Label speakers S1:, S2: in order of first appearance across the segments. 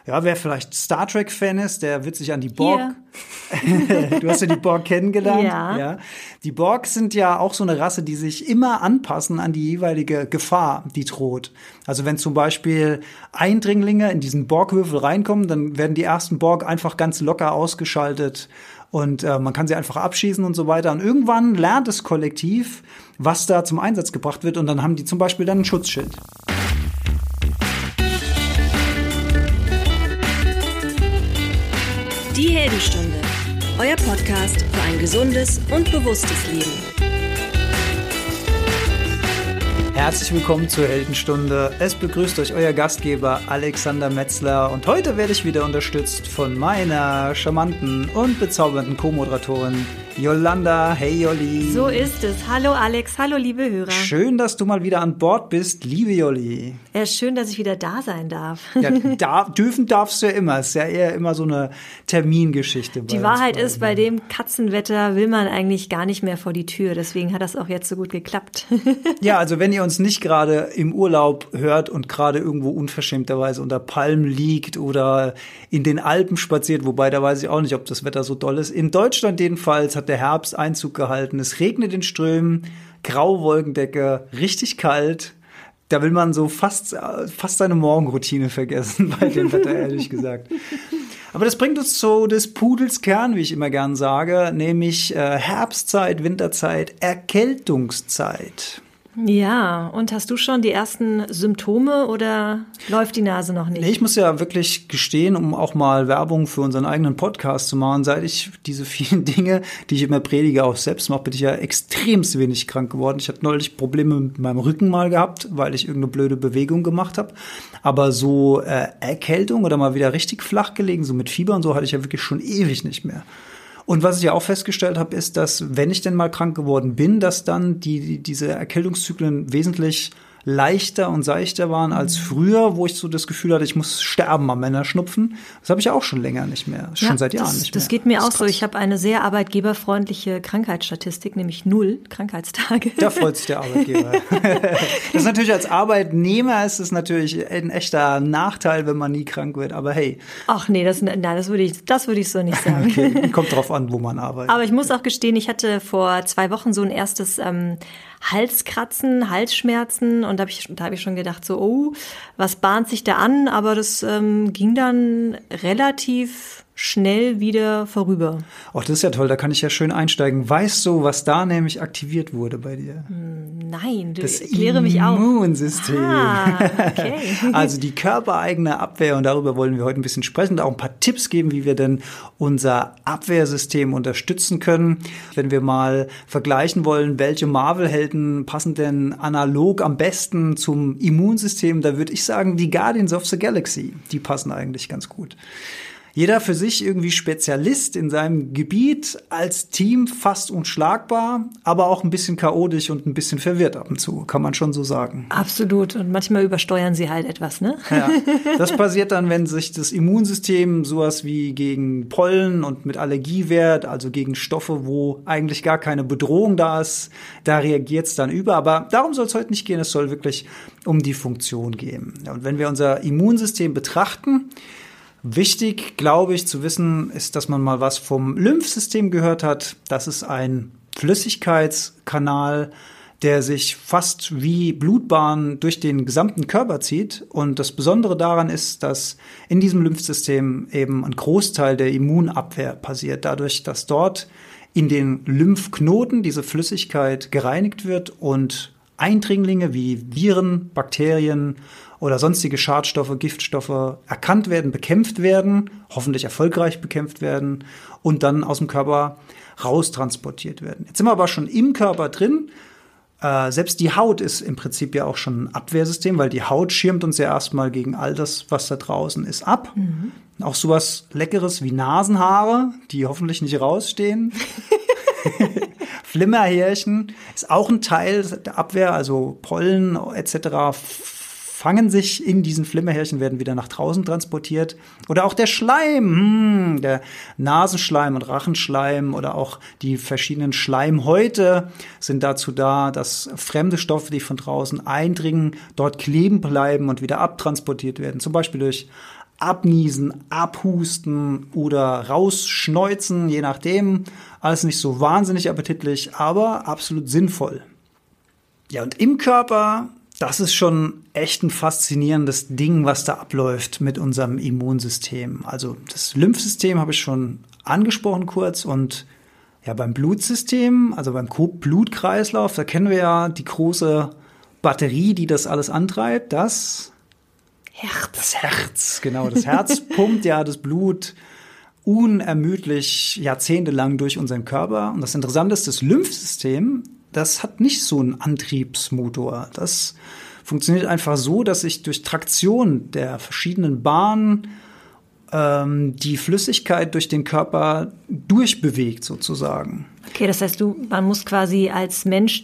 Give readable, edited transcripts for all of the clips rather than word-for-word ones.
S1: Ja, wer vielleicht Star Trek-Fan ist, der wird sich an die Borg. Du hast ja die Borg kennengelernt. Ja. Die Borg sind ja auch so eine Rasse, die sich immer anpassen an die jeweilige Gefahr, die droht. Also wenn zum Beispiel Eindringlinge in diesen Borgwürfel reinkommen, dann werden die ersten Borg einfach ganz locker ausgeschaltet und man kann sie einfach abschießen und so weiter. Und irgendwann lernt das Kollektiv, was da zum Einsatz gebracht wird, und dann haben die zum Beispiel dann ein Schutzschild.
S2: Die Heldenstunde, euer Podcast für ein gesundes und bewusstes Leben.
S1: Herzlich willkommen zur Heldenstunde. Es begrüßt euch euer Gastgeber Alexander Metzler und heute werde ich wieder unterstützt von meiner charmanten und bezaubernden Co-Moderatorin Yolanda. Hey Jolli.
S3: So ist es. Hallo Alex, hallo liebe Hörer.
S1: Schön, dass du mal wieder an Bord bist, liebe Jolli.
S3: Ja, schön, dass ich wieder da sein darf.
S1: Ja, dürfen darfst du ja immer. Es ist ja eher immer so eine Termingeschichte.
S3: Die Wahrheit ist, bei dem Katzenwetter will man eigentlich gar nicht mehr vor die Tür. Deswegen hat das auch jetzt so gut geklappt.
S1: Ja, also wenn ihr uns nicht gerade im Urlaub hört und gerade irgendwo unverschämterweise unter Palmen liegt oder in den Alpen spaziert, wobei da weiß ich auch nicht, ob das Wetter so doll ist. In Deutschland jedenfalls hat der Herbst Einzug gehalten. Es regnet in Strömen, graue Wolkendecke, richtig kalt. Da will man so fast seine Morgenroutine vergessen bei dem Wetter, ehrlich gesagt. Aber das bringt uns zu des Pudels Kern, wie ich immer gern sage, nämlich Herbstzeit, Winterzeit, Erkältungszeit.
S3: Ja, und hast du schon die ersten Symptome oder läuft die Nase noch nicht?
S1: Nee, ich muss ja wirklich gestehen, um auch mal Werbung für unseren eigenen Podcast zu machen, seit ich diese vielen Dinge, die ich immer predige, auch selbst mache, bin ich ja extremst wenig krank geworden. Ich hatte neulich Probleme mit meinem Rücken mal gehabt, weil ich irgendeine blöde Bewegung gemacht habe. Aber so Erkältung oder mal wieder richtig flach gelegen, so mit Fieber und so, hatte ich ja wirklich schon ewig nicht mehr. Und was ich ja auch festgestellt habe, ist, dass, wenn ich denn mal krank geworden bin, dass dann diese Erkältungszyklen wesentlich leichter und seichter waren als früher, wo ich so das Gefühl hatte, ich muss sterben am Männerschnupfen. Das habe ich ja auch schon länger nicht mehr, schon seit Jahren nicht mehr.
S3: Das geht mir auch so. Ich habe eine sehr arbeitgeberfreundliche Krankheitsstatistik, nämlich 0 Krankheitstage. Da
S1: freut sich der Arbeitgeber. Das ist natürlich als Arbeitnehmer ist es natürlich ein echter Nachteil, wenn man nie krank wird. Aber hey.
S3: Ach nee, das würde ich so nicht sagen.
S1: Okay, kommt drauf an, wo man arbeitet.
S3: Aber ich muss auch gestehen, ich hatte vor 2 Wochen so ein erstes Halskratzen, Halsschmerzen und da hab ich schon gedacht, so, oh, was bahnt sich da an? Aber das ging dann relativ schnell wieder vorüber.
S1: Ach, das ist ja toll, da kann ich ja schön einsteigen. Weißt du, was da nämlich aktiviert wurde bei dir?
S3: Nein,
S1: das
S3: kläre mich auf.
S1: Immunsystem.
S3: Okay.
S1: Also die körpereigene Abwehr, und darüber wollen wir heute ein bisschen sprechen und auch ein paar Tipps geben, wie wir denn unser Abwehrsystem unterstützen können. Wenn wir mal vergleichen wollen, welche Marvel-Helden passen denn analog am besten zum Immunsystem, da würde ich sagen, die Guardians of the Galaxy, die passen eigentlich ganz gut. Jeder für sich irgendwie Spezialist in seinem Gebiet, als Team fast unschlagbar, aber auch ein bisschen chaotisch und ein bisschen verwirrt ab und zu, kann man schon so sagen.
S3: Absolut. Und manchmal übersteuern sie halt etwas, ne?
S1: Ja, das passiert dann, wenn sich das Immunsystem sowas wie gegen Pollen und mit Allergie wehrt, also gegen Stoffe, wo eigentlich gar keine Bedrohung da ist, da reagiert es dann über. Aber darum soll es heute nicht gehen, es soll wirklich um die Funktion gehen. Und wenn wir unser Immunsystem betrachten, wichtig, glaube ich, zu wissen, ist, dass man mal was vom Lymphsystem gehört hat. Das ist ein Flüssigkeitskanal, der sich fast wie Blutbahn durch den gesamten Körper zieht. Und das Besondere daran ist, dass in diesem Lymphsystem eben ein Großteil der Immunabwehr passiert, dadurch, dass dort in den Lymphknoten diese Flüssigkeit gereinigt wird und Eindringlinge wie Viren, Bakterien oder sonstige Schadstoffe, Giftstoffe erkannt werden, bekämpft werden, hoffentlich erfolgreich bekämpft werden und dann aus dem Körper raustransportiert werden. Jetzt sind wir aber schon im Körper drin. Selbst die Haut ist im Prinzip ja auch schon ein Abwehrsystem, weil die Haut schirmt uns ja erstmal gegen all das, was da draußen ist, ab. Mhm. Auch sowas Leckeres wie Nasenhaare, die hoffentlich nicht rausstehen. Flimmerhärchen ist auch ein Teil der Abwehr, also Pollen etc. fangen sich in diesen Flimmerhärchen, werden wieder nach draußen transportiert. Oder auch der Schleim, der Nasenschleim und Rachenschleim oder auch die verschiedenen Schleimhäute sind dazu da, dass fremde Stoffe, die von draußen eindringen, dort kleben bleiben und wieder abtransportiert werden. Zum Beispiel durch abniesen, abhusten oder rausschneuzen, je nachdem. Alles nicht so wahnsinnig appetitlich, aber absolut sinnvoll. Ja, und im Körper, das ist schon echt ein faszinierendes Ding, was da abläuft mit unserem Immunsystem. Also das Lymphsystem habe ich schon angesprochen kurz und ja, beim Blutsystem, also beim Blutkreislauf, da kennen wir ja die große Batterie, die das alles antreibt, das Herz, genau. Das Herz pumpt ja das Blut unermüdlich jahrzehntelang durch unseren Körper. Und das Interessante ist, das Lymphsystem, das hat nicht so einen Antriebsmotor. Das funktioniert einfach so, dass sich durch Traktion der verschiedenen Bahnen die Flüssigkeit durch den Körper durchbewegt sozusagen.
S3: Okay, das heißt, man muss quasi als Mensch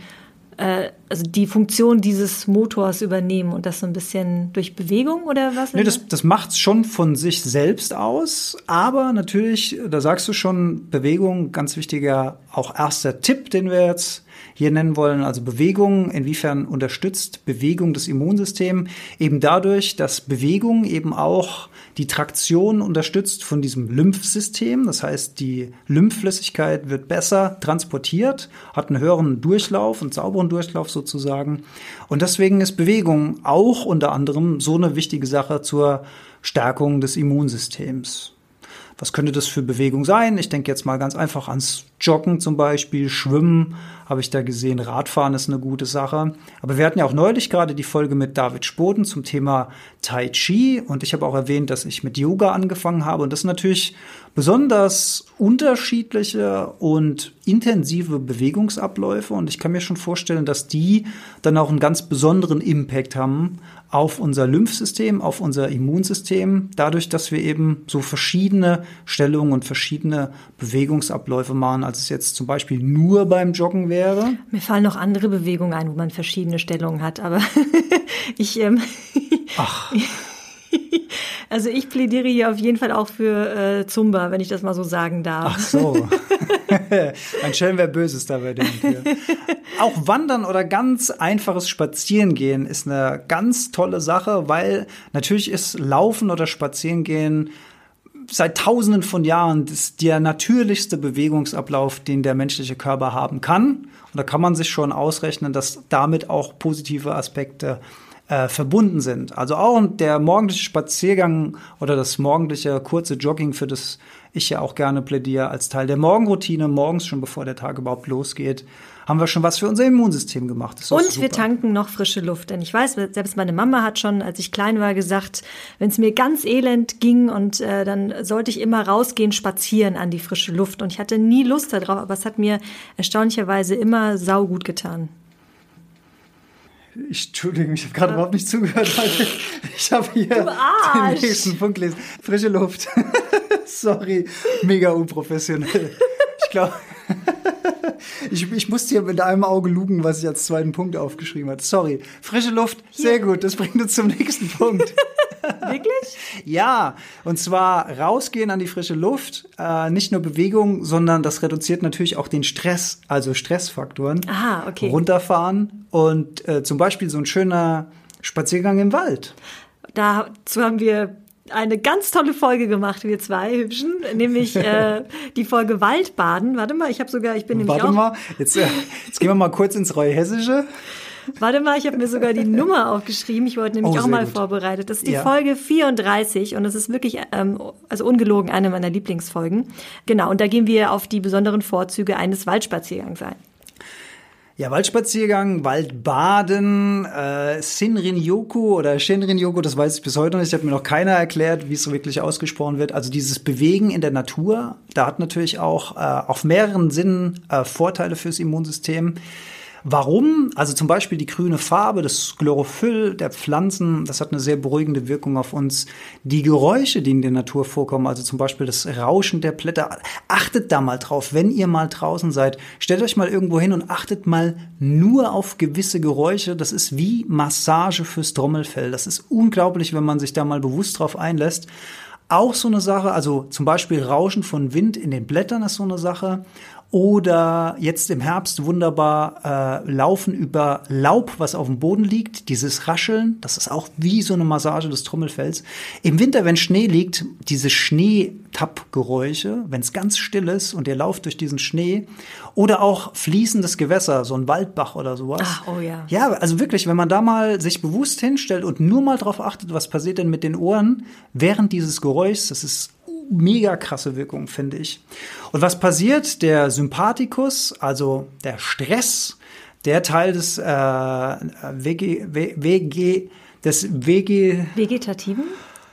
S3: also die Funktion dieses Motors übernehmen und das so ein bisschen durch Bewegung oder was?
S1: Nee, das macht's schon von sich selbst aus, aber natürlich, da sagst du schon, Bewegung, ganz wichtiger, auch erster Tipp, den wir jetzt hier nennen wollen, also Bewegung, inwiefern unterstützt Bewegung das Immunsystem? Eben dadurch, dass Bewegung eben auch die Traktion unterstützt von diesem Lymphsystem. Das heißt, die Lymphflüssigkeit wird besser transportiert, hat einen höheren Durchlauf, einen sauberen Durchlauf sozusagen. Und deswegen ist Bewegung auch unter anderem so eine wichtige Sache zur Stärkung des Immunsystems. Was könnte das für Bewegung sein? Ich denke jetzt mal ganz einfach ans Joggen zum Beispiel, Schwimmen habe ich da gesehen, Radfahren ist eine gute Sache. Aber wir hatten ja auch neulich gerade die Folge mit David Spoden zum Thema Tai Chi und ich habe auch erwähnt, dass ich mit Yoga angefangen habe und das sind natürlich besonders unterschiedliche und intensive Bewegungsabläufe und ich kann mir schon vorstellen, dass die dann auch einen ganz besonderen Impact haben auf unser Lymphsystem, auf unser Immunsystem, dadurch, dass wir eben so verschiedene Stellungen und verschiedene Bewegungsabläufe machen, als es jetzt zum Beispiel nur beim Joggen wäre.
S3: Mir fallen noch andere Bewegungen ein, wo man verschiedene Stellungen hat, aber Also ich plädiere hier auf jeden Fall auch für Zumba, wenn ich das mal so sagen darf.
S1: Ach so. Ein Schelm, wer Böses da bei dem hier. Auch Wandern oder ganz einfaches Spazierengehen ist eine ganz tolle Sache, weil natürlich ist Laufen oder Spazierengehen seit Tausenden von Jahren der natürlichste Bewegungsablauf, den der menschliche Körper haben kann. Und da kann man sich schon ausrechnen, dass damit auch positive Aspekte verbunden sind. Also auch der morgendliche Spaziergang oder das morgendliche kurze Jogging, für das ich ja auch gerne plädiere, als Teil der Morgenroutine, morgens schon bevor der Tag überhaupt losgeht, haben wir schon was für unser Immunsystem gemacht. Das ist
S3: und
S1: super.
S3: Wir tanken noch frische Luft. Denn ich weiß, selbst meine Mama hat schon, als ich klein war, gesagt, wenn es mir ganz elend ging und dann sollte ich immer rausgehen, spazieren an die frische Luft. Und ich hatte nie Lust darauf, aber es hat mir erstaunlicherweise immer saugut getan.
S1: Entschuldigung, ich habe gerade überhaupt nicht zugehört, weil ich habe hier den nächsten Punkt gelesen. Frische Luft. Sorry, mega unprofessionell. Ich glaube, ich musste hier mit einem Auge lugen, was ich als zweiten Punkt aufgeschrieben habe. Sorry. Frische Luft, sehr gut. Das bringt uns zum nächsten Punkt.
S3: Wirklich?
S1: Ja, und zwar rausgehen an die frische Luft, nicht nur Bewegung, sondern das reduziert natürlich auch den Stress, also Stressfaktoren.
S3: Aha, okay.
S1: Runterfahren und zum Beispiel so ein schöner Spaziergang im Wald.
S3: Dazu haben wir eine ganz tolle Folge gemacht, wir zwei Hübschen, nämlich die Folge Waldbaden. Warte mal, ich bin nämlich auch...
S1: Warte mal, jetzt gehen wir mal kurz ins Reu-Hessische.
S3: Warte mal, ich habe mir sogar die Nummer aufgeschrieben. Ich wollte nämlich auch mal vorbereitet. Das ist die Folge 34 und das ist wirklich, also ungelogen, eine meiner Lieblingsfolgen. Genau, und da gehen wir auf die besonderen Vorzüge eines Waldspaziergangs ein.
S1: Ja, Waldspaziergang, Waldbaden, Shinrin-yoku oder Shinrin-yoku, das weiß ich bis heute noch nicht. Hat mir noch keiner erklärt, wie es wirklich ausgesprochen wird. Also dieses Bewegen in der Natur, da hat natürlich auch auf mehreren Sinnen Vorteile fürs Immunsystem. Warum? Also zum Beispiel die grüne Farbe, das Chlorophyll der Pflanzen, das hat eine sehr beruhigende Wirkung auf uns. Die Geräusche, die in der Natur vorkommen, also zum Beispiel das Rauschen der Blätter, achtet da mal drauf, wenn ihr mal draußen seid. Stellt euch mal irgendwo hin und achtet mal nur auf gewisse Geräusche. Das ist wie Massage fürs Trommelfell. Das ist unglaublich, wenn man sich da mal bewusst drauf einlässt. Auch so eine Sache, also zum Beispiel Rauschen von Wind in den Blättern ist so eine Sache. Oder jetzt im Herbst wunderbar laufen über Laub, was auf dem Boden liegt. Dieses Rascheln, das ist auch wie so eine Massage des Trommelfells. Im Winter, wenn Schnee liegt, diese Schneetappgeräusche, wenn es ganz still ist und ihr lauft durch diesen Schnee. Oder auch fließendes Gewässer, so ein Waldbach oder sowas.
S3: Ach, oh ja.
S1: Ja, also wirklich, wenn man da mal sich bewusst hinstellt und nur mal drauf achtet, was passiert denn mit den Ohren während dieses Geräuschs, das ist mega krasse Wirkung, finde ich. Und was passiert? Der Sympathikus, also der Stress, der Teil des
S3: Vegetativen?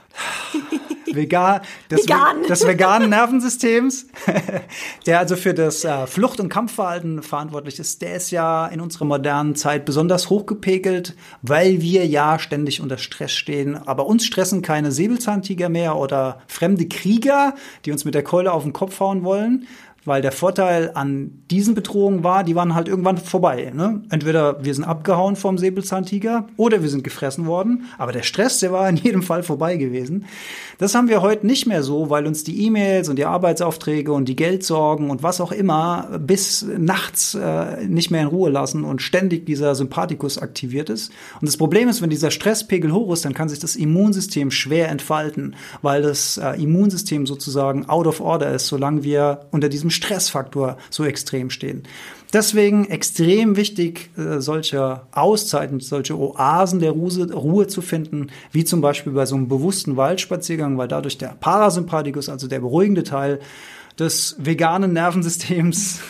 S1: des veganen Nervensystems, der also für das Flucht- und Kampfverhalten verantwortlich ist, der ist ja in unserer modernen Zeit besonders hochgepegelt, weil wir ja ständig unter Stress stehen. Aber uns stressen keine Säbelzahntiger mehr oder fremde Krieger, die uns mit der Keule auf den Kopf hauen wollen. Weil der Vorteil an diesen Bedrohungen war, die waren halt irgendwann vorbei. Ne? Entweder wir sind abgehauen vom Säbelzahntiger oder wir sind gefressen worden. Aber der Stress, der war in jedem Fall vorbei gewesen. Das haben wir heute nicht mehr so, weil uns die E-Mails und die Arbeitsaufträge und die Geldsorgen und was auch immer bis nachts nicht mehr in Ruhe lassen und ständig dieser Sympathikus aktiviert ist. Und das Problem ist, wenn dieser Stresspegel hoch ist, dann kann sich das Immunsystem schwer entfalten, weil das Immunsystem sozusagen out of order ist, solange wir unter diesem Stressfaktor so extrem stehen. Deswegen extrem wichtig, solche Auszeiten, solche Oasen der Ruhe zu finden, wie zum Beispiel bei so einem bewussten Waldspaziergang, weil dadurch der Parasympathikus, also der beruhigende Teil des veganen Nervensystems,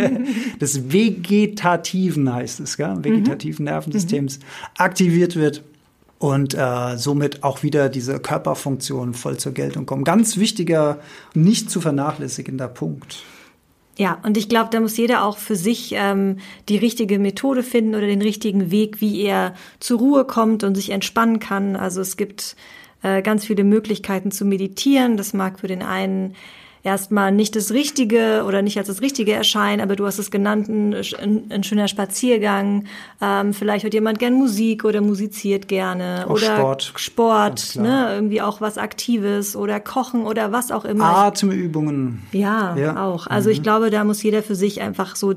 S1: des vegetativen heißt es, gell? Vegetativen Nervensystems aktiviert wird. Und somit auch wieder diese Körperfunktionen voll zur Geltung kommen. Ganz wichtiger, nicht zu vernachlässigender Punkt.
S3: Ja, und ich glaube, da muss jeder auch für sich die richtige Methode finden oder den richtigen Weg, wie er zur Ruhe kommt und sich entspannen kann. Also es gibt ganz viele Möglichkeiten zu meditieren. Das mag für den einen erstmal nicht das Richtige oder nicht als das Richtige erscheinen, aber du hast es genannt, ein schöner Spaziergang. Vielleicht hört jemand gern Musik oder musiziert gerne.
S1: Auch
S3: oder
S1: Sport,
S3: ne, irgendwie auch was Aktives oder Kochen oder was auch immer.
S1: Atemübungen.
S3: Ja, auch. Also ich glaube, da muss jeder für sich einfach so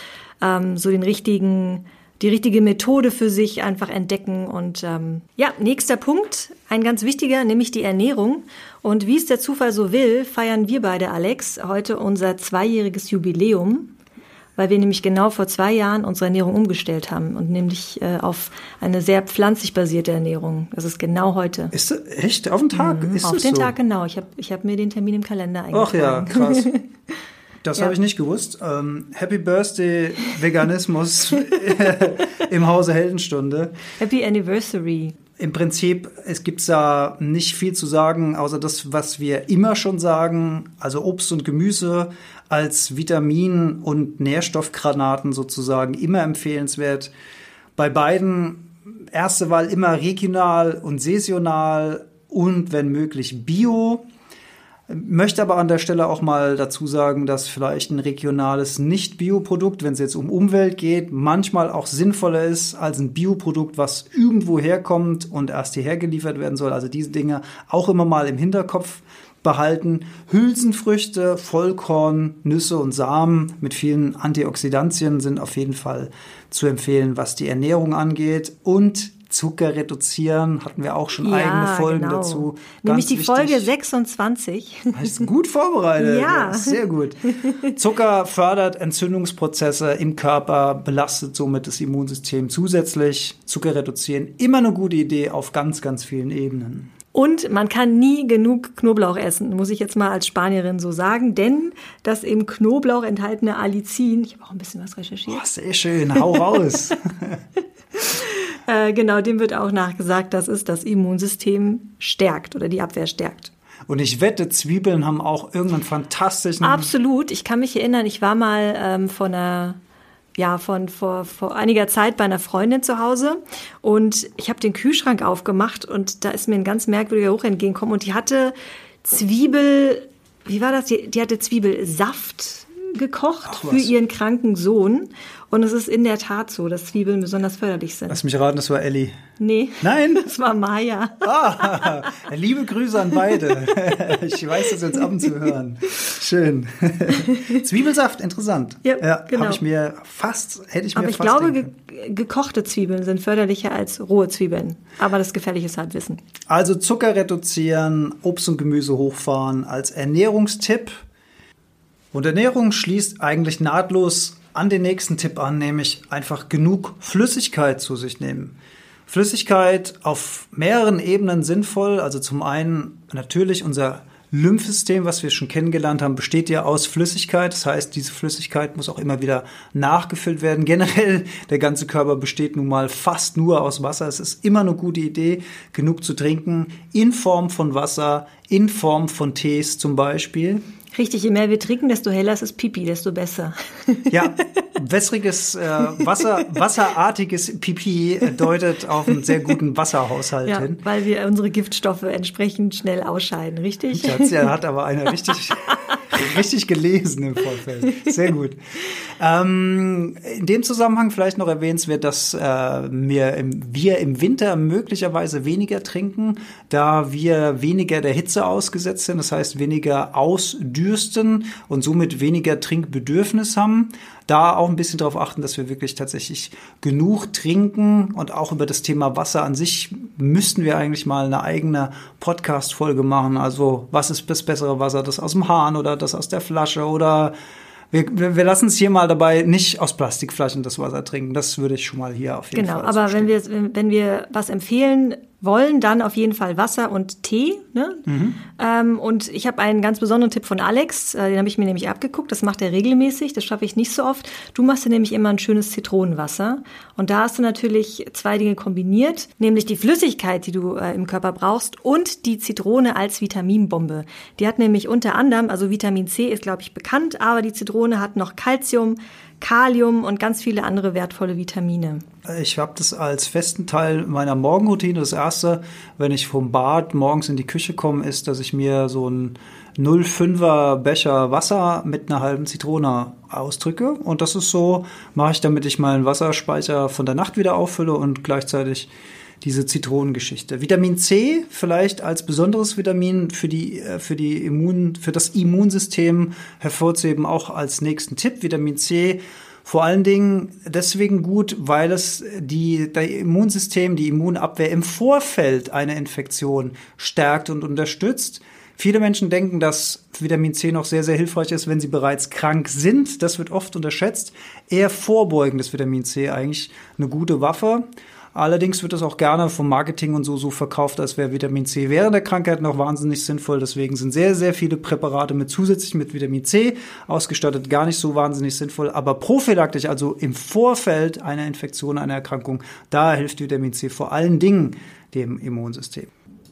S3: so die richtige Methode für sich einfach entdecken. Und nächster Punkt, ein ganz wichtiger, nämlich die Ernährung. Und wie es der Zufall so will, feiern wir beide, Alex, heute unser 2-jähriges Jubiläum, weil wir nämlich genau vor 2 Jahren unsere Ernährung umgestellt haben und nämlich auf eine sehr pflanzlich basierte Ernährung. Das ist genau heute.
S1: Ist das echt? Auf den Tag? Ist
S3: auf
S1: das
S3: den
S1: so?
S3: Tag, genau. Ich hab mir den Termin im Kalender eingetragen.
S1: Ach ja, krass. Das habe ich nicht gewusst. Happy Birthday Veganismus im Hause Heldenstunde.
S3: Happy Anniversary.
S1: Im Prinzip, es gibt da nicht viel zu sagen, außer das, was wir immer schon sagen. Also Obst und Gemüse als Vitamin- und Nährstoffgranaten sozusagen immer empfehlenswert. Bei beiden erste Wahl immer regional und saisonal und wenn möglich Bio. Möchte aber an der Stelle auch mal dazu sagen, dass vielleicht ein regionales Nicht-Bio-Produkt, wenn es jetzt um Umwelt geht, manchmal auch sinnvoller ist als ein Bioprodukt, was irgendwo herkommt und erst hierher geliefert werden soll. Also diese Dinge auch immer mal im Hinterkopf behalten. Hülsenfrüchte, Vollkorn, Nüsse und Samen mit vielen Antioxidantien sind auf jeden Fall zu empfehlen, was die Ernährung angeht. Und Zucker reduzieren, hatten wir auch schon eigene Folgen dazu.
S3: Nämlich die Folge 26.
S1: Hast du gut vorbereitet.
S3: Ja.
S1: Sehr gut. Zucker fördert Entzündungsprozesse im Körper, belastet somit das Immunsystem zusätzlich. Zucker reduzieren, immer eine gute Idee auf ganz, ganz vielen Ebenen.
S3: Und man kann nie genug Knoblauch essen, muss ich jetzt mal als Spanierin so sagen, denn das im Knoblauch enthaltene Allicin, ich habe auch ein bisschen was recherchiert.
S1: Oh, sehr schön, hau raus.
S3: Genau, dem wird auch nachgesagt, dass es das Immunsystem stärkt oder die Abwehr stärkt.
S1: Und ich wette, Zwiebeln haben auch irgendeinen fantastischen...
S3: Absolut, ich kann mich erinnern, ich war mal vor einiger Zeit bei einer Freundin zu Hause und ich habe den Kühlschrank aufgemacht und da ist mir ein ganz merkwürdiger Geruch entgegengekommen und die hatte Zwiebel, wie war das? Die hatte Zwiebelsaft gekocht für ihren kranken Sohn. Und es ist in der Tat so, dass Zwiebeln besonders förderlich sind.
S1: Lass mich raten, das war Elli.
S3: Nee.
S1: Nein?
S3: Das war Maya.
S1: Ah, liebe Grüße an beide. Ich weiß das jetzt ab und zu hören. Schön. Zwiebelsaft, interessant.
S3: Ja, genau.
S1: Hätte ich mir fast
S3: Aber ich glaube, gekochte Zwiebeln sind förderlicher als rohe Zwiebeln. Aber das ist gefährliches Halbwissen.
S1: Also Zucker reduzieren, Obst und Gemüse hochfahren als Ernährungstipp. Und Ernährung schließt eigentlich nahtlos an den nächsten Tipp an, nämlich einfach genug Flüssigkeit zu sich nehmen. Flüssigkeit auf mehreren Ebenen sinnvoll. Also zum einen natürlich unser Lymphsystem, was wir schon kennengelernt haben, besteht ja aus Flüssigkeit. Das heißt, diese Flüssigkeit muss auch immer wieder nachgefüllt werden. Generell, der ganze Körper besteht nun mal fast nur aus Wasser. Es ist immer eine gute Idee, genug zu trinken, in Form von Wasser, in Form von Tees zum Beispiel.
S3: Richtig, je mehr wir trinken, desto heller ist das Pipi, desto besser.
S1: Ja, wässriges, wasserartiges Pipi deutet auf einen sehr guten Wasserhaushalt hin.
S3: Weil wir unsere Giftstoffe entsprechend schnell ausscheiden, richtig?
S1: Das hat aber einer richtig gelesen im Vorfeld. Sehr gut. In dem Zusammenhang vielleicht noch erwähnenswert, dass wir im Winter möglicherweise weniger trinken, da wir weniger der Hitze ausgesetzt sind, das heißt weniger ausdürsten und somit weniger Trinkbedürfnis haben. Da auch ein bisschen darauf achten, dass wir wirklich tatsächlich genug trinken, und auch über das Thema Wasser an sich müssten wir eigentlich mal eine eigene Podcast-Folge machen. Also was ist das bessere Wasser, das aus dem Hahn oder das aus der Flasche, oder wir lassen es hier mal dabei, nicht aus Plastikflaschen das Wasser trinken. Das würde ich schon mal hier auf jeden Fall
S3: aber wenn wir was empfehlen wollen, dann auf jeden Fall Wasser und Tee. Ne? Und ich habe einen ganz besonderen Tipp von Alex, den habe ich mir nämlich abgeguckt. Das macht er regelmäßig, das schaffe ich nicht so oft. Du machst dir nämlich immer ein schönes Zitronenwasser. Und da hast du natürlich zwei Dinge kombiniert, nämlich die Flüssigkeit, die du im Körper brauchst, und die Zitrone als Vitaminbombe. Die hat nämlich unter anderem, also Vitamin C ist, glaube ich, bekannt, aber die Zitrone hat noch Calcium, Kalium und ganz viele andere wertvolle Vitamine.
S1: Ich habe das als festen Teil meiner Morgenroutine. Das erste, wenn ich vom Bad morgens in die Küche komme, ist, dass ich mir so einen 0,5er Becher Wasser mit einer halben Zitrone ausdrücke. Und das ist so, mache ich, damit ich meinen Wasserspeicher von der Nacht wieder auffülle und gleichzeitig diese Zitronengeschichte. Vitamin C vielleicht als besonderes Vitamin für das Immunsystem hervorzuheben, auch als nächsten Tipp. Vitamin C vor allen Dingen deswegen gut, weil es das Immunsystem, die Immunabwehr im Vorfeld einer Infektion stärkt und unterstützt. Viele Menschen denken, dass Vitamin C noch sehr, sehr hilfreich ist, wenn sie bereits krank sind. Das wird oft unterschätzt. Eher vorbeugendes Vitamin C eigentlich eine gute Waffe. Allerdings wird es auch gerne vom Marketing und so verkauft, als wäre Vitamin C während der Krankheit noch wahnsinnig sinnvoll. Deswegen sind sehr, sehr viele Präparate zusätzlich mit Vitamin C ausgestattet gar nicht so wahnsinnig sinnvoll. Aber prophylaktisch, also im Vorfeld einer Infektion, einer Erkrankung, da hilft Vitamin C vor allen Dingen dem Immunsystem.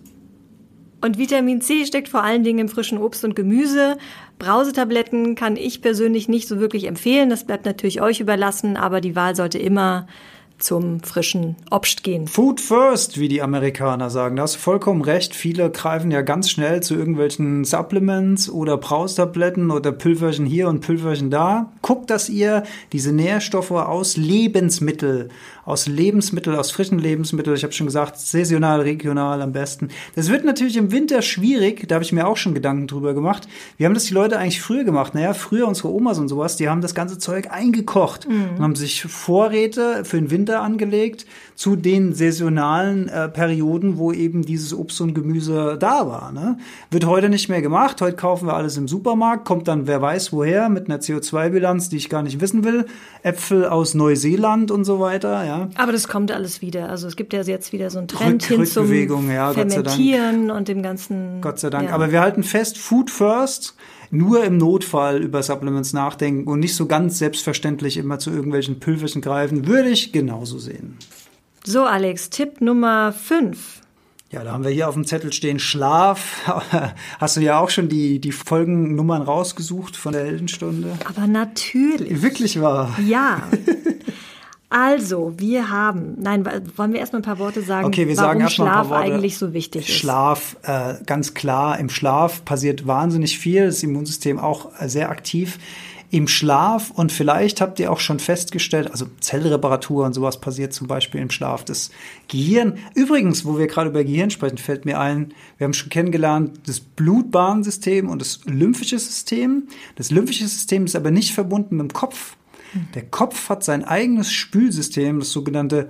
S3: Und Vitamin C steckt vor allen Dingen im frischen Obst und Gemüse. Brausetabletten kann ich persönlich nicht so wirklich empfehlen. Das bleibt natürlich euch überlassen, aber die Wahl sollte immer zum frischen Obst gehen.
S1: Food first, wie die Amerikaner sagen. Da hast du vollkommen recht. Viele greifen ja ganz schnell zu irgendwelchen Supplements oder Braustabletten oder Pülverchen hier und Pülverchen da. Guckt, dass ihr diese Nährstoffe aus Lebensmitteln, aus frischen Lebensmitteln, ich habe schon gesagt, saisonal, regional am besten. Das wird natürlich im Winter schwierig, da habe ich mir auch schon Gedanken drüber gemacht. Wie haben das die Leute eigentlich früher gemacht? Naja, früher unsere Omas und sowas, die haben das ganze Zeug eingekocht und haben sich Vorräte für den Winter angelegt zu den saisonalen Perioden, wo eben dieses Obst und Gemüse da war. Ne? Wird heute nicht mehr gemacht. Heute kaufen wir alles im Supermarkt, kommt dann wer weiß woher mit einer CO2-Bilanz, die ich gar nicht wissen will. Äpfel aus Neuseeland und so weiter. Ja.
S3: Aber das kommt alles wieder. Also es gibt ja jetzt wieder so einen Trend hin zum Fermentieren und dem ganzen.
S1: Gott sei Dank.
S3: Ja.
S1: Aber wir halten fest, Food first. Nur im Notfall über Supplements nachdenken und nicht so ganz selbstverständlich immer zu irgendwelchen Pülverchen greifen, würde ich genauso sehen.
S3: So, Alex, Tipp Nummer 5.
S1: Ja, da haben wir hier auf dem Zettel stehen Schlaf. Hast du ja auch schon die Folgennummern rausgesucht von der Heldenstunde?
S3: Aber natürlich.
S1: Wirklich wahr?
S3: Ja. Also, wollen wir erstmal ein paar Worte sagen,
S1: okay, wir
S3: warum
S1: sagen erst mal ein paar
S3: Schlaf
S1: Worte.
S3: eigentlich so wichtig ist?
S1: Schlaf, ganz klar, im Schlaf passiert wahnsinnig viel, das Immunsystem auch sehr aktiv. im Schlaf. Und vielleicht habt ihr auch schon festgestellt, also Zellreparatur und sowas passiert zum Beispiel im Schlaf. Das Gehirn, übrigens, wo wir gerade über Gehirn sprechen, fällt mir ein, wir haben schon kennengelernt, das Blutbahnsystem und das lymphische System. Das lymphische System ist aber nicht verbunden mit dem Kopf. Der Kopf hat sein eigenes Spülsystem, das sogenannte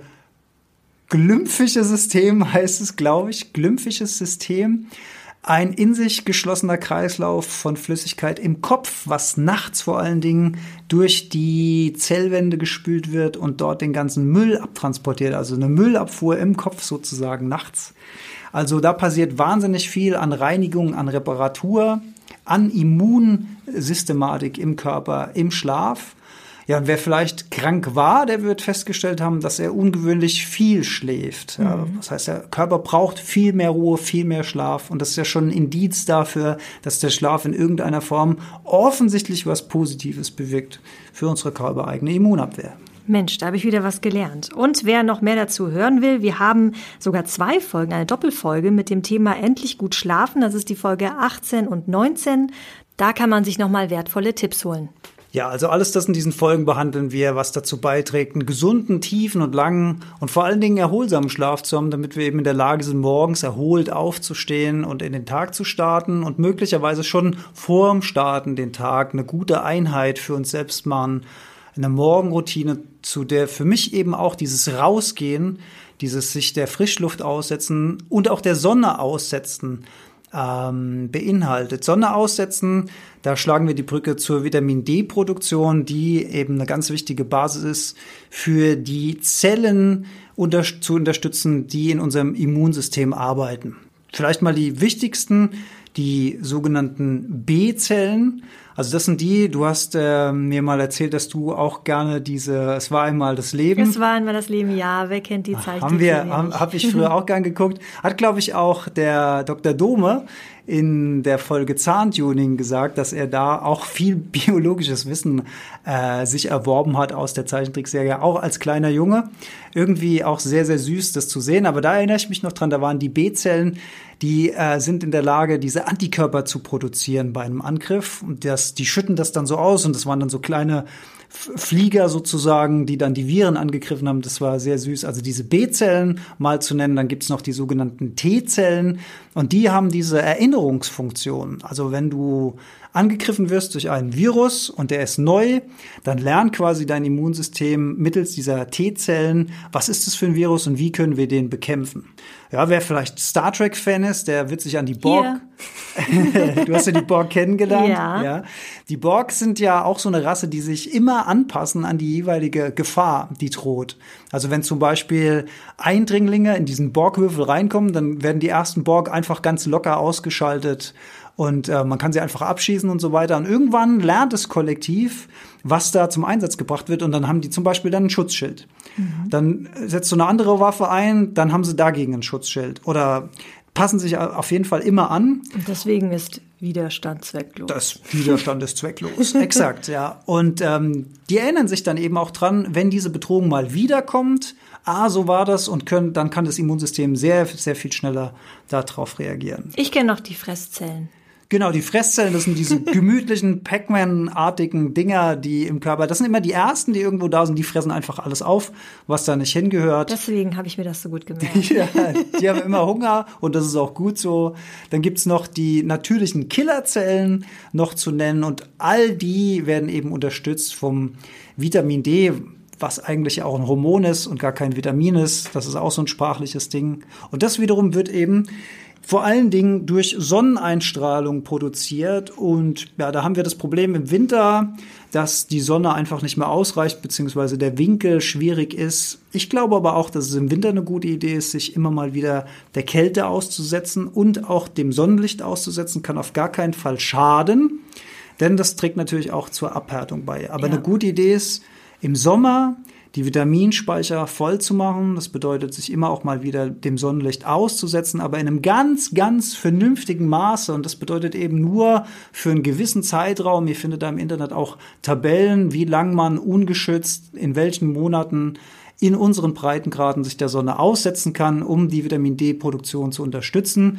S1: glymphische System heißt es, glaube ich, glymphisches System. Ein in sich geschlossener Kreislauf von Flüssigkeit im Kopf, was nachts vor allen Dingen durch die Zellwände gespült wird und dort den ganzen Müll abtransportiert. Also eine Müllabfuhr im Kopf sozusagen nachts. Also da passiert wahnsinnig viel an Reinigung, an Reparatur, an Immunsystematik im Körper, im Schlaf. Ja, und wer vielleicht krank war, der wird festgestellt haben, dass er ungewöhnlich viel schläft. Ja, das heißt, der Körper braucht viel mehr Ruhe, viel mehr Schlaf. Und das ist ja schon ein Indiz dafür, dass der Schlaf in irgendeiner Form offensichtlich was Positives bewirkt für unsere körpereigene Immunabwehr.
S3: Mensch, da habe ich wieder was gelernt. Und wer noch mehr dazu hören will, wir haben sogar 2 Folgen, eine Doppelfolge mit dem Thema Endlich gut schlafen. Das ist die Folge 18 und 19. Da kann man sich nochmal wertvolle Tipps holen.
S1: Ja, also alles das in diesen Folgen behandeln wir, was dazu beiträgt, einen gesunden, tiefen und langen und vor allen Dingen erholsamen Schlaf zu haben, damit wir eben in der Lage sind, morgens erholt aufzustehen und in den Tag zu starten und möglicherweise schon vorm Starten den Tag eine gute Einheit für uns selbst machen. Eine Morgenroutine, zu der für mich eben auch dieses Rausgehen, dieses sich der Frischluft aussetzen und auch der Sonne aussetzen beinhaltet. Sonne aussetzen, da schlagen wir die Brücke zur Vitamin-D-Produktion, die eben eine ganz wichtige Basis ist, für die Zellen zu unterstützen, die in unserem Immunsystem arbeiten. Vielleicht mal die wichtigsten, die sogenannten B-Zellen. Also das sind die, du hast mir mal erzählt, dass du auch gerne es war einmal das Leben.
S3: Es war einmal das Leben, ja, wer kennt die Zeichentrickserie?
S1: Hab ich früher auch gern geguckt. Hat, glaube ich, auch der Dr. Dome in der Folge Zahntuning gesagt, dass er da auch viel biologisches Wissen sich erworben hat aus der Zeichentrickserie, auch als kleiner Junge. Irgendwie auch sehr, sehr süß, das zu sehen. Aber da erinnere ich mich noch dran, da waren die B-Zellen, die sind in der Lage, diese Antikörper zu produzieren bei einem Angriff. Und die schütten das dann so aus und das waren dann so kleine Flieger sozusagen, die dann die Viren angegriffen haben. Das war sehr süß. Also diese B-Zellen mal zu nennen. Dann gibt's noch die sogenannten T-Zellen und die haben diese Erinnerungsfunktion. Also wenn du angegriffen wirst durch einen Virus und der ist neu, dann lernt quasi dein Immunsystem mittels dieser T-Zellen, was ist das für ein Virus und wie können wir den bekämpfen. Ja, wer vielleicht Star Trek-Fan ist, der wird sich an die Borg. Du hast ja die Borg kennengelernt. Ja. Die Borg sind ja auch so eine Rasse, die sich immer anpassen an die jeweilige Gefahr, die droht. Also wenn zum Beispiel Eindringlinge in diesen Borgwürfel reinkommen, dann werden die ersten Borg einfach ganz locker ausgeschaltet. Und man kann sie einfach abschießen und so weiter. Und irgendwann lernt das Kollektiv, was da zum Einsatz gebracht wird. Und dann haben die zum Beispiel dann ein Schutzschild. Dann setzt so eine andere Waffe ein, dann haben sie dagegen ein Schutzschild. Oder passen sich auf jeden Fall immer an.
S3: Und deswegen ist Widerstand zwecklos.
S1: Widerstand ist zwecklos, exakt, ja. Und die erinnern sich dann eben auch dran, wenn diese Bedrohung mal wiederkommt, so war das und dann kann das Immunsystem sehr, sehr viel schneller darauf reagieren.
S3: Ich kenne noch die Fresszellen.
S1: Genau, die Fresszellen, das sind diese gemütlichen Pac-Man-artigen Dinger, die im Körper, das sind immer die ersten, die irgendwo da sind, die fressen einfach alles auf, was da nicht hingehört.
S3: Deswegen habe ich mir das so gut gemerkt.
S1: Ja, die haben immer Hunger und das ist auch gut so. Dann gibt's noch die natürlichen Killerzellen noch zu nennen und all die werden eben unterstützt vom Vitamin D, was eigentlich auch ein Hormon ist und gar kein Vitamin ist. Das ist auch so ein sprachliches Ding. Und das wiederum wird eben vor allen Dingen durch Sonneneinstrahlung produziert. Und ja, da haben wir das Problem im Winter, dass die Sonne einfach nicht mehr ausreicht, beziehungsweise der Winkel schwierig ist. Ich glaube aber auch, dass es im Winter eine gute Idee ist, sich immer mal wieder der Kälte auszusetzen und auch dem Sonnenlicht auszusetzen, kann auf gar keinen Fall schaden. Denn das trägt natürlich auch zur Abhärtung bei. Aber eine gute Idee ist, im Sommer die Vitaminspeicher voll zu machen. Das bedeutet, sich immer auch mal wieder dem Sonnenlicht auszusetzen, aber in einem ganz, ganz vernünftigen Maße. Und das bedeutet eben nur für einen gewissen Zeitraum. Ihr findet da im Internet auch Tabellen, wie lang man ungeschützt, in welchen Monaten in unseren Breitengraden sich der Sonne aussetzen kann, um die Vitamin-D-Produktion zu unterstützen.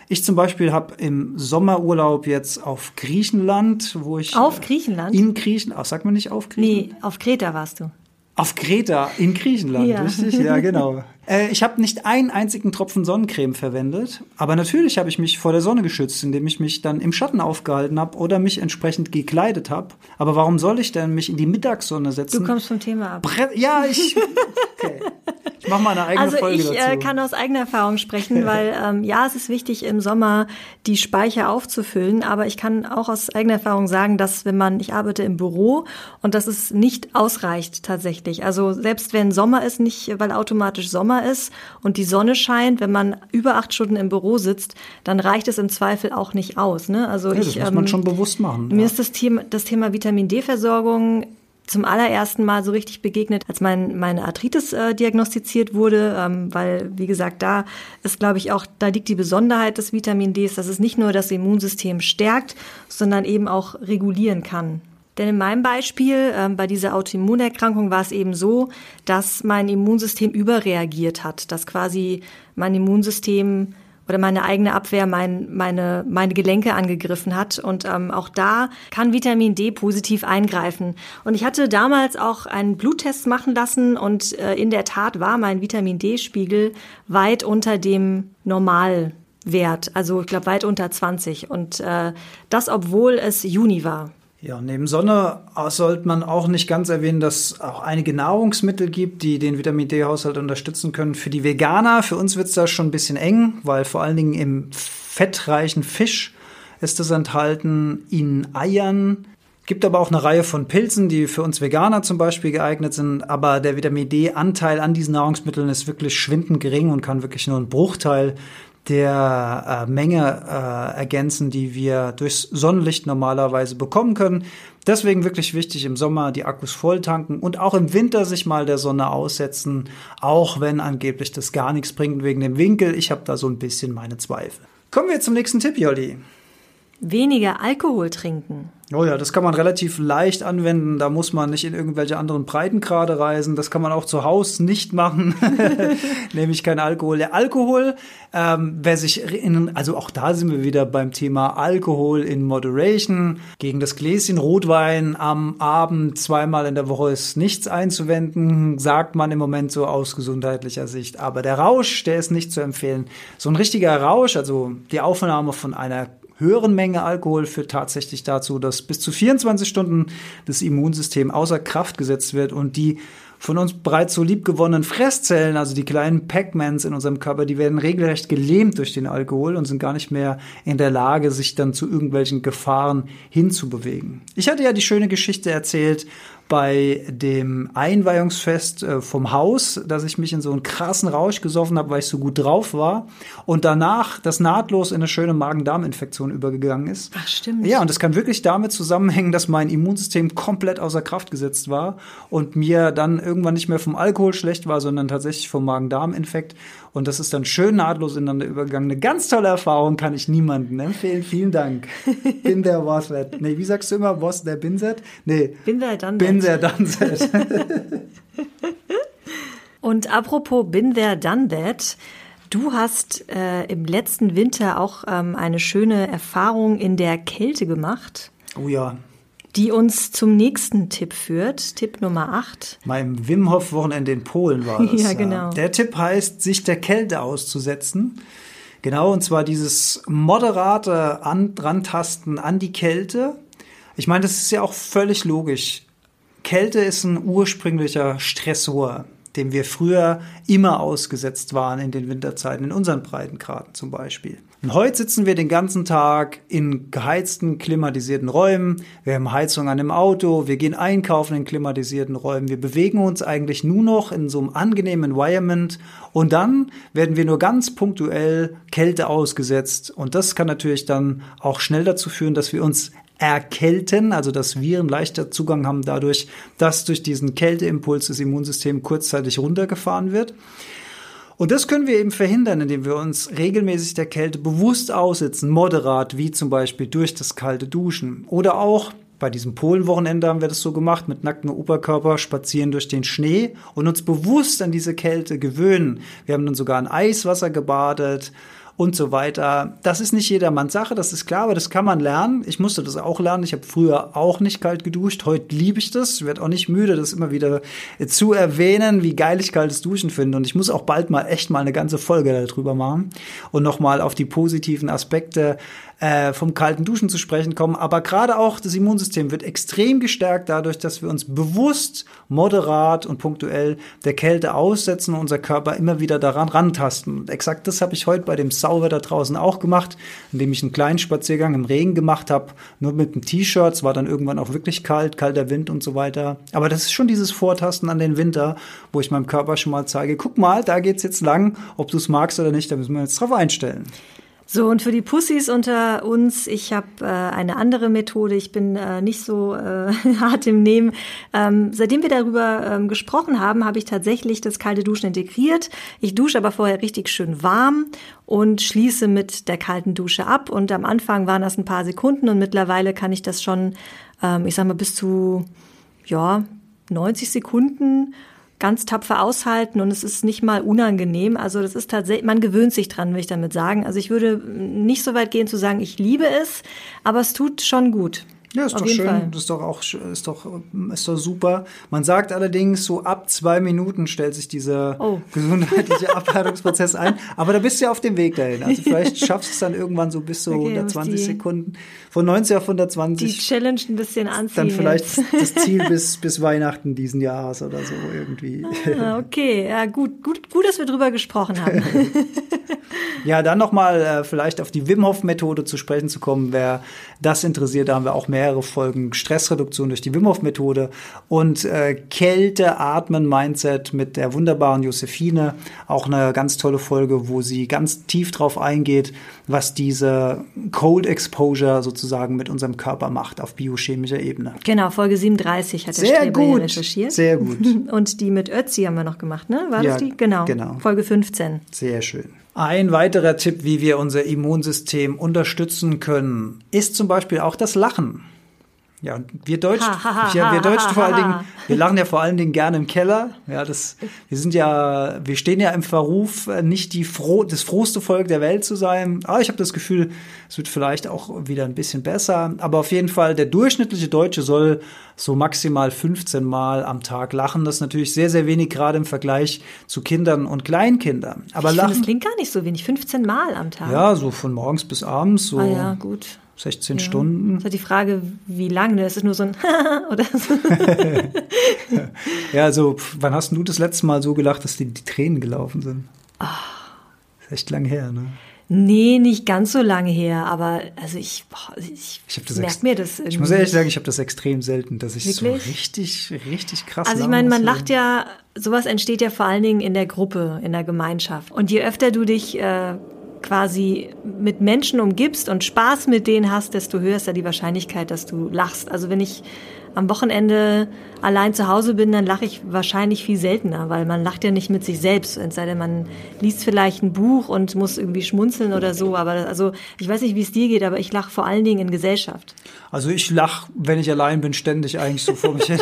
S1: Ich zum Beispiel habe im Sommerurlaub jetzt auf Griechenland, wo ich...
S3: Auf Griechenland?
S1: In Griechenland. Sagt man nicht auf Griechenland?
S3: Nee, auf Kreta warst du.
S1: Auf Kreta, in Griechenland,
S3: Ja.
S1: richtig? Ja, genau. Ich habe nicht einen einzigen Tropfen Sonnencreme verwendet, aber natürlich habe ich mich vor der Sonne geschützt, indem ich mich dann im Schatten aufgehalten habe oder mich entsprechend gekleidet habe. Aber warum soll ich denn mich in die Mittagssonne setzen?
S3: Du kommst vom Thema ab.
S1: Ja, okay. Ich mache mal eine eigene Folge dazu.
S3: Also ich kann aus eigener Erfahrung sprechen, weil ja, es ist wichtig, im Sommer die Speicher aufzufüllen, aber ich kann auch aus eigener Erfahrung sagen, dass ich arbeite im Büro und dass es nicht ausreicht tatsächlich. Also selbst wenn Sommer ist, nicht weil automatisch Sommer ist und die Sonne scheint, wenn man über 8 Stunden im Büro sitzt, dann reicht es im Zweifel auch nicht aus. Ne? Also
S1: ja, das muss man schon bewusst machen.
S3: Mir ist das Thema Vitamin D-Versorgung zum allerersten Mal so richtig begegnet, als meine Arthritis diagnostiziert wurde, weil, wie gesagt, da ist, glaube ich, auch, da liegt die Besonderheit des Vitamin Ds, dass es nicht nur das Immunsystem stärkt, sondern eben auch regulieren kann. Denn in meinem Beispiel, bei dieser Autoimmunerkrankung war es eben so, dass mein Immunsystem überreagiert hat, dass quasi mein Immunsystem oder meine eigene Abwehr meine Gelenke angegriffen hat. Und auch da kann Vitamin D positiv eingreifen. Und ich hatte damals auch einen Bluttest machen lassen und in der Tat war mein Vitamin D-Spiegel weit unter dem Normalwert. Also ich glaube weit unter 20. Und das, obwohl es Juni war.
S1: Ja, neben Sonne sollte man auch nicht ganz erwähnen, dass es auch einige Nahrungsmittel gibt, die den Vitamin-D-Haushalt unterstützen können. Für die Veganer, für uns wird es da schon ein bisschen eng, weil vor allen Dingen im fettreichen Fisch ist es enthalten, in Eiern. Gibt aber auch eine Reihe von Pilzen, die für uns Veganer zum Beispiel geeignet sind. Aber der Vitamin-D-Anteil an diesen Nahrungsmitteln ist wirklich schwindend gering und kann wirklich nur einen Bruchteil der Menge ergänzen, die wir durchs Sonnenlicht normalerweise bekommen können. Deswegen wirklich wichtig, im Sommer die Akkus voll tanken und auch im Winter sich mal der Sonne aussetzen, auch wenn angeblich das gar nichts bringt wegen dem Winkel. Ich habe da so ein bisschen meine Zweifel. Kommen wir zum nächsten Tipp, Jolli.
S3: Weniger Alkohol trinken.
S1: Oh ja, das kann man relativ leicht anwenden. Da muss man nicht in irgendwelche anderen Breitengrade reisen. Das kann man auch zu Hause nicht machen. Nämlich kein Alkohol. Der Alkohol, also auch da sind wir wieder beim Thema Alkohol in Moderation. Gegen das Gläschen Rotwein am Abend 2-mal in der Woche ist nichts einzuwenden, sagt man im Moment so aus gesundheitlicher Sicht. Aber der Rausch, der ist nicht zu empfehlen. So ein richtiger Rausch, also die Aufnahme von einer höheren Menge Alkohol führt tatsächlich dazu, dass bis zu 24 Stunden das Immunsystem außer Kraft gesetzt wird und die von uns bereits so liebgewonnenen Fresszellen, also die kleinen Pac-Mans in unserem Körper, die werden regelrecht gelähmt durch den Alkohol und sind gar nicht mehr in der Lage, sich dann zu irgendwelchen Gefahren hinzubewegen. Ich hatte ja die schöne Geschichte erzählt bei dem Einweihungsfest vom Haus, dass ich mich in so einen krassen Rausch gesoffen habe, weil ich so gut drauf war und danach das nahtlos in eine schöne Magen-Darm-Infektion übergegangen ist.
S3: Ach, stimmt.
S1: Ja, und das kann wirklich damit zusammenhängen, dass mein Immunsystem komplett außer Kraft gesetzt war und mir dann irgendwann nicht mehr vom Alkohol schlecht war, sondern tatsächlich vom Magen-Darm-Infekt. Und das ist dann schön nahtlos ineinander übergegangen. Eine ganz tolle Erfahrung, kann ich niemandem empfehlen. Vielen Dank. Bin der was that. Nee, wie sagst du immer? Was der bin that? Nee.
S3: Bin der dann
S1: Bin der done that.
S3: Und apropos Been there, done that. Du hast im letzten Winter auch eine schöne Erfahrung in der Kälte gemacht.
S1: Oh ja.
S3: Die uns zum nächsten Tipp führt. Tipp Nummer 8.
S1: Beim Wim Hof Wochenende in Polen war das.
S3: Ja, genau.
S1: Der Tipp heißt, sich der Kälte auszusetzen. Genau, und zwar dieses moderate Rantasten an die Kälte. Ich meine, das ist ja auch völlig logisch. Kälte ist ein ursprünglicher Stressor, dem wir früher immer ausgesetzt waren in den Winterzeiten, in unseren Breitengraden zum Beispiel. Und heute sitzen wir den ganzen Tag in geheizten, klimatisierten Räumen. Wir haben Heizung an dem Auto, wir gehen einkaufen in klimatisierten Räumen. Wir bewegen uns eigentlich nur noch in so einem angenehmen Environment. Und dann werden wir nur ganz punktuell Kälte ausgesetzt. Und das kann natürlich dann auch schnell dazu führen, dass wir uns erkälten, also dass Viren leichter Zugang haben dadurch, dass durch diesen Kälteimpuls das Immunsystem kurzzeitig runtergefahren wird. Und das können wir eben verhindern, indem wir uns regelmäßig der Kälte bewusst aussitzen, moderat, wie zum Beispiel durch das kalte Duschen. Oder auch, bei diesem Polenwochenende haben wir das so gemacht, mit nacktem Oberkörper spazieren durch den Schnee und uns bewusst an diese Kälte gewöhnen. Wir haben dann sogar in Eiswasser gebadet und so weiter. Das ist nicht jedermanns Sache, das ist klar, aber das kann man lernen. Ich musste das auch lernen. Ich habe früher auch nicht kalt geduscht. Heute liebe ich das. Ich werde auch nicht müde, das immer wieder zu erwähnen, wie geil ich kaltes Duschen finde. Und ich muss auch bald mal echt mal eine ganze Folge darüber machen und nochmal auf die positiven Aspekte vom kalten Duschen zu sprechen kommen. Aber gerade auch das Immunsystem wird extrem gestärkt dadurch, dass wir uns bewusst, moderat und punktuell der Kälte aussetzen und unser Körper immer wieder daran rantasten. Und exakt das habe ich heute bei dem Sauwetter draußen auch gemacht, indem ich einen kleinen Spaziergang im Regen gemacht habe, nur mit einem T-Shirt. Es war dann irgendwann auch wirklich kalt, kalter Wind und so weiter. Aber das ist schon dieses Vortasten an den Winter, wo ich meinem Körper schon mal zeige, guck mal, da geht's jetzt lang, ob du es magst oder nicht, da müssen wir jetzt drauf einstellen.
S3: So, und für die Pussys unter uns, ich habe eine andere Methode, ich bin nicht so hart im Nehmen. Seitdem wir darüber gesprochen haben, habe ich tatsächlich das kalte Duschen integriert. Ich dusche aber vorher richtig schön warm und schließe mit der kalten Dusche ab. Und am Anfang waren das ein paar Sekunden und mittlerweile kann ich das schon, ich sag mal, bis zu 90 Sekunden ganz tapfer aushalten und es ist nicht mal unangenehm. Also das ist tatsächlich, man gewöhnt sich dran, will ich damit sagen. Also ich würde nicht so weit gehen zu sagen, ich liebe es, aber es tut schon gut.
S1: Ja, ist doch schön. Das ist doch super. Man sagt allerdings, so ab 2 Minuten stellt sich dieser gesundheitliche Abhärtungsprozess ein. Aber da bist du ja auf dem Weg dahin. Also vielleicht schaffst du es dann irgendwann so bis so 120 Sekunden. Von 90 auf 120.
S3: Die Challenge ein bisschen anziehen.
S1: Dann vielleicht das Ziel bis Weihnachten diesen Jahres oder so irgendwie.
S3: Okay, ja, gut, dass wir drüber gesprochen haben.
S1: Ja, dann nochmal vielleicht auf die Wim Hof Methode zu sprechen zu kommen. Wer das interessiert, da haben wir auch mehrere Folgen Stressreduktion durch die Wim Hof Methode und Kälte, Atmen, Mindset mit der wunderbaren Josephine. Auch eine ganz tolle Folge, wo sie ganz tief drauf eingeht, was diese Cold Exposure sozusagen mit unserem Körper macht auf biochemischer Ebene.
S3: Genau, Folge 37 hat der Streber hier recherchiert.
S1: Sehr gut.
S3: Und die mit Ötzi haben wir noch gemacht, ne? War das die? Genau. Folge 15.
S1: Sehr schön. Ein weiterer Tipp, wie wir unser Immunsystem unterstützen können, ist zum Beispiel auch das Lachen. Ja, und wir Deutschen vor allen Dingen, wir lachen ja vor allen Dingen gerne im Keller. Ja, wir stehen ja im Verruf, nicht das frohste Volk der Welt zu sein. Aber ich habe das Gefühl, es wird vielleicht auch wieder ein bisschen besser. Aber auf jeden Fall, der durchschnittliche Deutsche soll so maximal 15 Mal am Tag lachen. Das ist natürlich sehr, sehr wenig, gerade im Vergleich zu Kindern und Kleinkindern. Aber
S3: ich finde, das klingt gar nicht so wenig. 15 Mal am Tag.
S1: Ja, so von morgens bis abends. So.
S3: Ah ja, gut.
S1: 16 Stunden.
S3: Das ist halt die Frage, wie lang, ne? Ist es nur so ein oder so?
S1: Ja, also wann hast du das letzte Mal so gelacht, dass die Tränen gelaufen sind? Das ist echt lang her, ne?
S3: Nee, nicht ganz so lange her, aber also ich merke mir das irgendwie.
S1: Ich muss ehrlich sagen, ich habe das extrem selten, dass ich
S3: wirklich?
S1: so richtig krass
S3: Also ich meine, man lacht ja, sowas entsteht ja vor allen Dingen in der Gruppe, in der Gemeinschaft. Und je öfter du dich quasi mit Menschen umgibst und Spaß mit denen hast, desto höher ist ja die Wahrscheinlichkeit, dass du lachst. Also wenn ich am Wochenende allein zu Hause bin, dann lache ich wahrscheinlich viel seltener, weil man lacht ja nicht mit sich selbst. Es sei denn, man liest vielleicht ein Buch und muss irgendwie schmunzeln oder so. Aber ich weiß nicht, wie es dir geht, aber ich lache vor allen Dingen in Gesellschaft.
S1: Also ich lache, wenn ich allein bin, ständig eigentlich so vor mich hin.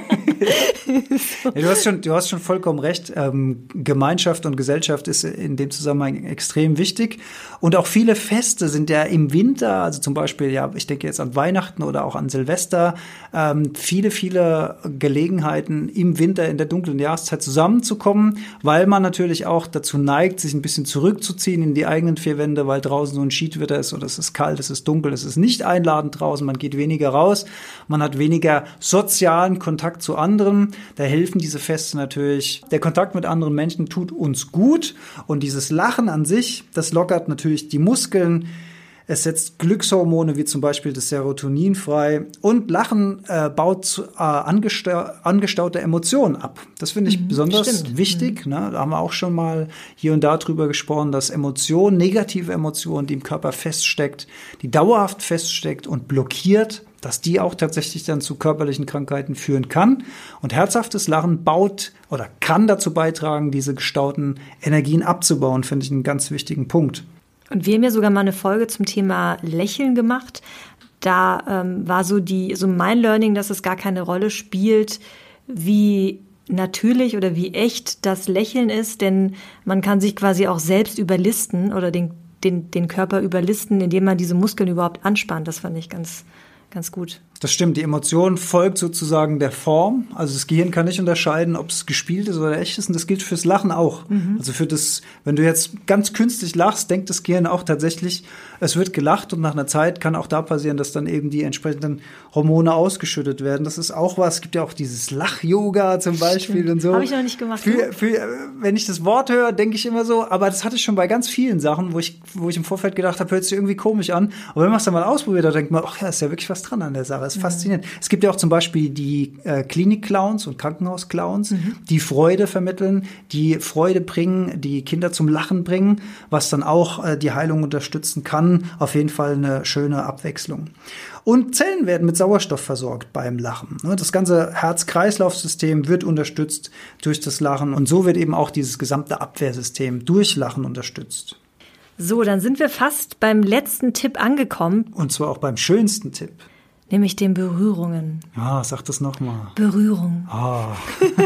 S1: Ja, du hast schon vollkommen recht. Gemeinschaft und Gesellschaft ist in dem Zusammenhang extrem wichtig. Und auch viele Feste sind ja im Winter, also zum Beispiel, ja, ich denke jetzt an Weihnachten oder auch an Silvester, viele Gelegenheiten im Winter, in der dunklen Jahreszeit zusammenzukommen, weil man natürlich auch dazu neigt, sich ein bisschen zurückzuziehen in die eigenen 4 Wände, weil draußen so ein Schiedwetter ist oder es ist kalt, es ist dunkel, es ist nicht einladend draußen, man geht weniger raus, man hat weniger sozialen Kontakt zu anderen. Da helfen diese Feste natürlich. Der Kontakt mit anderen Menschen tut uns gut und dieses Lachen an sich, das lockert natürlich die Muskeln. Es setzt Glückshormone wie zum Beispiel das Serotonin frei und Lachen baut angestaute Emotionen ab. Das finde ich besonders wichtig. Ne? Da haben wir auch schon mal hier und da drüber gesprochen, dass Emotionen, negative Emotionen, die im Körper feststeckt, die dauerhaft feststeckt und blockiert, dass die auch tatsächlich dann zu körperlichen Krankheiten führen kann. Und herzhaftes Lachen baut oder kann dazu beitragen, diese gestauten Energien abzubauen, finde ich einen ganz wichtigen Punkt.
S3: Und wir haben ja sogar mal eine Folge zum Thema Lächeln gemacht. Da war so mein Learning, dass es gar keine Rolle spielt, wie natürlich oder wie echt das Lächeln ist, denn man kann sich quasi auch selbst überlisten oder den den Körper überlisten, indem man diese Muskeln überhaupt anspannt. Das fand ich ganz gut.
S1: Das stimmt, die Emotion folgt sozusagen der Form. Also das Gehirn kann nicht unterscheiden, ob es gespielt ist oder echt ist. Und das gilt fürs Lachen auch. Also für das, wenn du jetzt ganz künstlich lachst, denkt das Gehirn auch tatsächlich, es wird gelacht. Und nach einer Zeit kann auch da passieren, dass dann eben die entsprechenden Hormone ausgeschüttet werden. Das ist auch was. Es gibt ja auch dieses Lach-Yoga zum Beispiel.
S3: Stimmt.
S1: Und so.
S3: Habe ich noch nicht gemacht.
S1: Wenn ich das Wort höre, denke ich immer so, aber das hatte ich schon bei ganz vielen Sachen, wo ich im Vorfeld gedacht habe, hört sich irgendwie komisch an. Aber wenn man es dann mal ausprobiert, da denkt man, ach ja, ist ja wirklich was dran an der Sache. Das ist faszinierend. Es gibt ja auch zum Beispiel die Klinik-Clowns und Krankenhaus-Clowns, die Freude vermitteln, die Freude bringen, die Kinder zum Lachen bringen, was dann auch die Heilung unterstützen kann. Auf jeden Fall eine schöne Abwechslung. Und Zellen werden mit Sauerstoff versorgt beim Lachen. Das ganze Herz-Kreislauf-System wird unterstützt durch das Lachen. Und so wird eben auch dieses gesamte Abwehrsystem durch Lachen unterstützt.
S3: So, dann sind wir fast beim letzten Tipp angekommen.
S1: Und zwar auch beim schönsten Tipp.
S3: Nämlich den Berührungen.
S1: Ah, sag das nochmal.
S3: Berührung.
S1: Ah.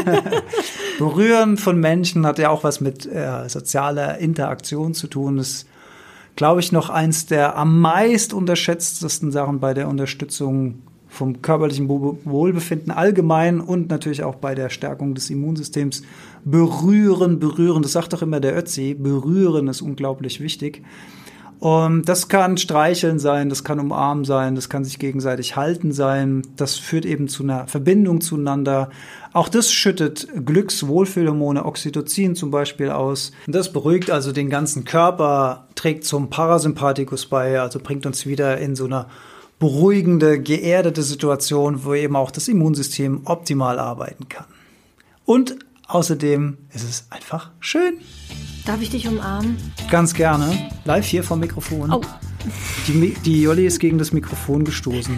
S1: Berühren von Menschen hat ja auch was mit sozialer Interaktion zu tun. Das ist, glaube ich, noch eins der am meist unterschätztesten Sachen bei der Unterstützung vom körperlichen Wohlbefinden allgemein und natürlich auch bei der Stärkung des Immunsystems. Berühren, das sagt doch immer der Ötzi, berühren ist unglaublich wichtig. Und das kann Streicheln sein, das kann Umarmen sein, das kann sich gegenseitig halten sein. Das führt eben zu einer Verbindung zueinander. Auch das schüttet Glücks-Wohlfühlhormone, Oxytocin zum Beispiel aus. Und das beruhigt also den ganzen Körper, trägt zum Parasympathikus bei, also bringt uns wieder in so eine beruhigende, geerdete Situation, wo eben auch das Immunsystem optimal arbeiten kann. Und außerdem ist es einfach schön.
S3: Darf ich dich umarmen?
S1: Ganz gerne. Live hier vom Mikrofon.
S3: Oh.
S1: Die Jolli ist gegen das Mikrofon gestoßen.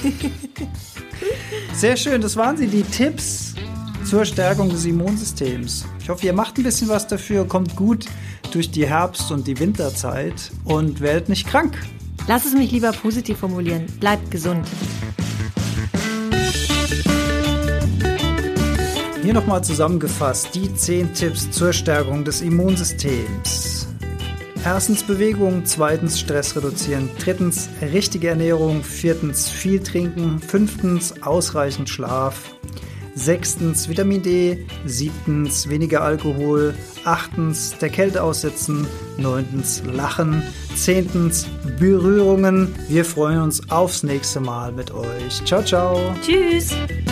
S1: Sehr schön, das waren sie, die Tipps zur Stärkung des Immunsystems. Ich hoffe, ihr macht ein bisschen was dafür, kommt gut durch die Herbst- und die Winterzeit und werdet nicht krank.
S3: Lass es mich lieber positiv formulieren. Bleibt gesund.
S1: Hier nochmal zusammengefasst die 10 Tipps zur Stärkung des Immunsystems. 1. Bewegung, 2. Stress reduzieren, 3. richtige Ernährung, 4. viel trinken, 5. ausreichend Schlaf, 6. Vitamin D, 7. weniger Alkohol, 8. der Kälte aussetzen, 9. Lachen, 10. Berührungen. Wir freuen uns aufs nächste Mal mit euch. Ciao, ciao.
S3: Tschüss.